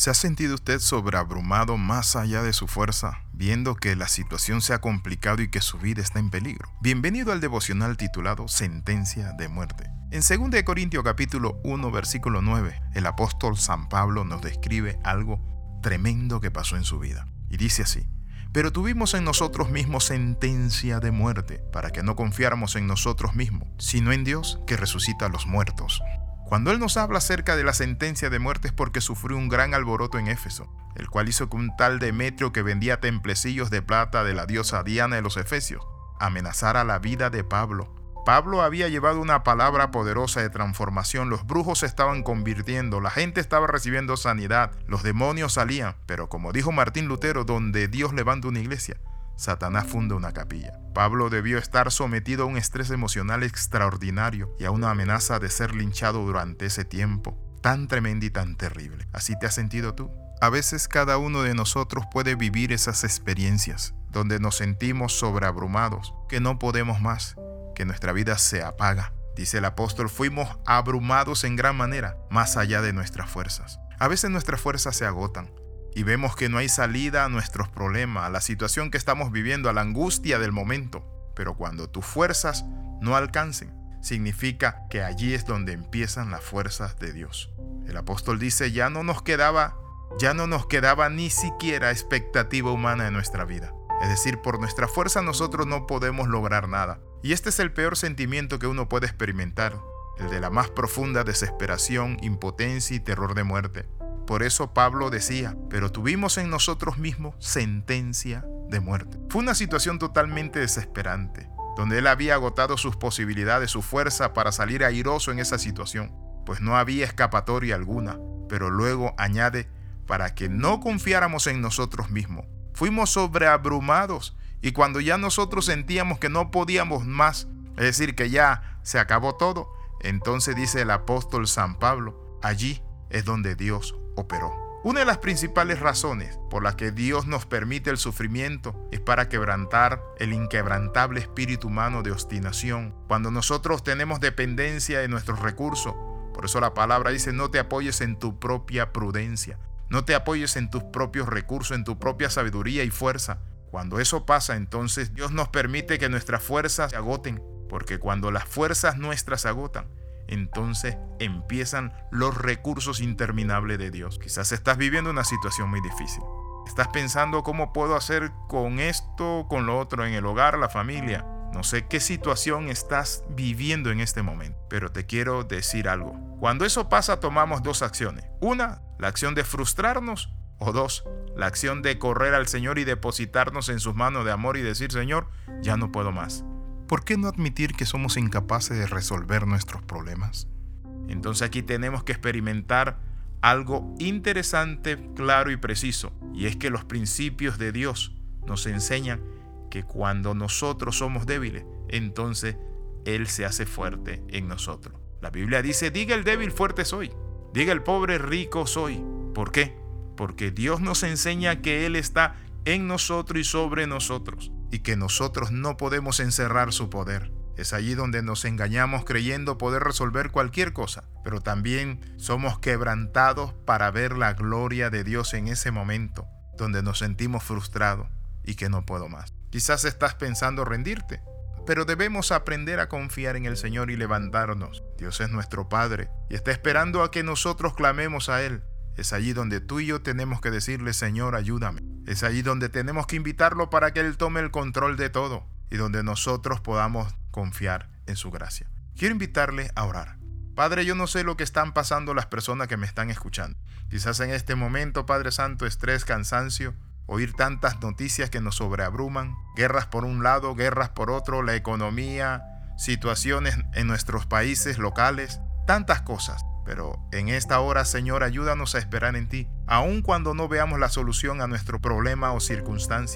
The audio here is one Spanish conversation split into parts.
¿Se ha sentido usted sobreabrumado más allá de su fuerza, viendo que la situación se ha complicado y que su vida está en peligro? Bienvenido al devocional titulado Sentencia de Muerte. En 2 Corintios capítulo 1, versículo 9, el apóstol San Pablo nos describe algo tremendo que pasó en su vida. Y dice así: pero tuvimos en nosotros mismos sentencia de muerte, para que no confiáramos en nosotros mismos, sino en Dios que resucita a los muertos. Cuando Él nos habla acerca de la sentencia de muerte es porque sufrió un gran alboroto en Éfeso, el cual hizo que un tal Demetrio, que vendía templecillos de plata de la diosa Diana de los Efesios, amenazara la vida de Pablo. Pablo había llevado una palabra poderosa de transformación, los brujos se estaban convirtiendo, la gente estaba recibiendo sanidad, los demonios salían, pero como dijo Martín Lutero, donde Dios levanta una iglesia, Satanás funda una capilla. Pablo debió estar sometido a un estrés emocional extraordinario y a una amenaza de ser linchado durante ese tiempo, tan tremenda y tan terrible. ¿Así te has sentido tú? A veces cada uno de nosotros puede vivir esas experiencias, donde nos sentimos sobreabrumados, que no podemos más, que nuestra vida se apaga. Dice el apóstol, fuimos abrumados en gran manera, más allá de nuestras fuerzas. A veces nuestras fuerzas se agotan y vemos que no hay salida a nuestros problemas, a la situación que estamos viviendo, a la angustia del momento. Pero cuando tus fuerzas no alcancen, significa que allí es donde empiezan las fuerzas de Dios. El apóstol dice, ya no nos quedaba ni siquiera expectativa humana en nuestra vida. Es decir, por nuestra fuerza nosotros no podemos lograr nada. Y este es el peor sentimiento que uno puede experimentar, el de la más profunda desesperación, impotencia y terror de muerte. Por eso Pablo decía, pero tuvimos en nosotros mismos sentencia de muerte. Fue una situación totalmente desesperante, donde él había agotado sus posibilidades, su fuerza para salir airoso en esa situación, pues no había escapatoria alguna. Pero luego añade, para que no confiáramos en nosotros mismos. Fuimos sobreabrumados y cuando ya nosotros sentíamos que no podíamos más, es decir, que ya se acabó todo, entonces dice el apóstol San Pablo, allí es donde Dios operó. Una de las principales razones por las que Dios nos permite el sufrimiento es para quebrantar el inquebrantable espíritu humano de obstinación. Cuando nosotros tenemos dependencia de nuestros recursos, por eso la palabra dice, no te apoyes en tu propia prudencia, no te apoyes en tus propios recursos, en tu propia sabiduría y fuerza. Cuando eso pasa, entonces Dios nos permite que nuestras fuerzas se agoten, porque cuando las fuerzas nuestras se agotan, entonces empiezan los recursos interminables de Dios. Quizás estás viviendo una situación muy difícil. Estás pensando cómo puedo hacer con esto, con lo otro, en el hogar, la familia. No sé qué situación estás viviendo en este momento, pero te quiero decir algo. Cuando eso pasa, tomamos dos acciones. Una, la acción de frustrarnos, o dos, la acción de correr al Señor y depositarnos en sus manos de amor y decir, Señor, ya no puedo más. ¿Por qué no admitir que somos incapaces de resolver nuestros problemas? Entonces aquí tenemos que experimentar algo interesante, claro y preciso, y es que los principios de Dios nos enseñan que cuando nosotros somos débiles, entonces Él se hace fuerte en nosotros. La Biblia dice, diga el débil fuerte soy, diga el pobre rico soy. ¿Por qué? Porque Dios nos enseña que Él está en nosotros y sobre nosotros, y que nosotros no podemos encerrar su poder. Es allí donde nos engañamos creyendo poder resolver cualquier cosa, pero también somos quebrantados para ver la gloria de Dios en ese momento, donde nos sentimos frustrados y que no puedo más. Quizás estás pensando rendirte, pero debemos aprender a confiar en el Señor y levantarnos. Dios es nuestro Padre y está esperando a que nosotros clamemos a Él. Es allí donde tú y yo tenemos que decirle, Señor, ayúdame. Es allí donde tenemos que invitarlo para que Él tome el control de todo y donde nosotros podamos confiar en su gracia. Quiero invitarle a orar. Padre, yo no sé lo que están pasando las personas que me están escuchando. Quizás en este momento, Padre Santo, estrés, cansancio, oír tantas noticias que nos sobreabruman, guerras por un lado, guerras por otro, la economía, situaciones en nuestros países locales, tantas cosas. Pero en esta hora, Señor, ayúdanos a esperar en ti, aun cuando no veamos la solución a nuestro problema o circunstancia.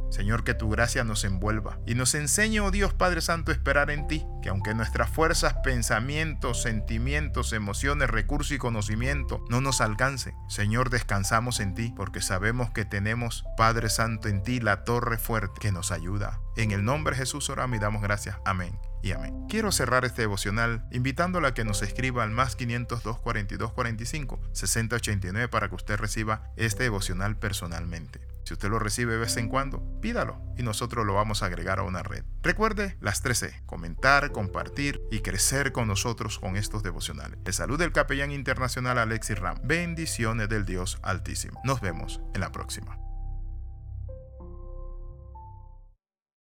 Señor, que tu gracia nos envuelva y nos enseñe, oh Dios Padre Santo, a esperar en ti, que aunque nuestras fuerzas, pensamientos, sentimientos, emociones, recursos y conocimiento no nos alcancen, Señor, descansamos en ti, porque sabemos que tenemos, Padre Santo, en ti la torre fuerte que nos ayuda. En el nombre de Jesús oramos y damos gracias. Amén y amén. Quiero cerrar este devocional invitándola a que nos escriba al más 502 42 45 60 89 para que usted reciba este devocional personalmente. Si usted lo recibe de vez en cuando, pídalo y nosotros lo vamos a agregar a una red. Recuerde las 3C: comentar, compartir y crecer con nosotros con estos devocionales. Le saluda el capellán internacional Alexis Ram. Bendiciones del Dios Altísimo. Nos vemos en la próxima.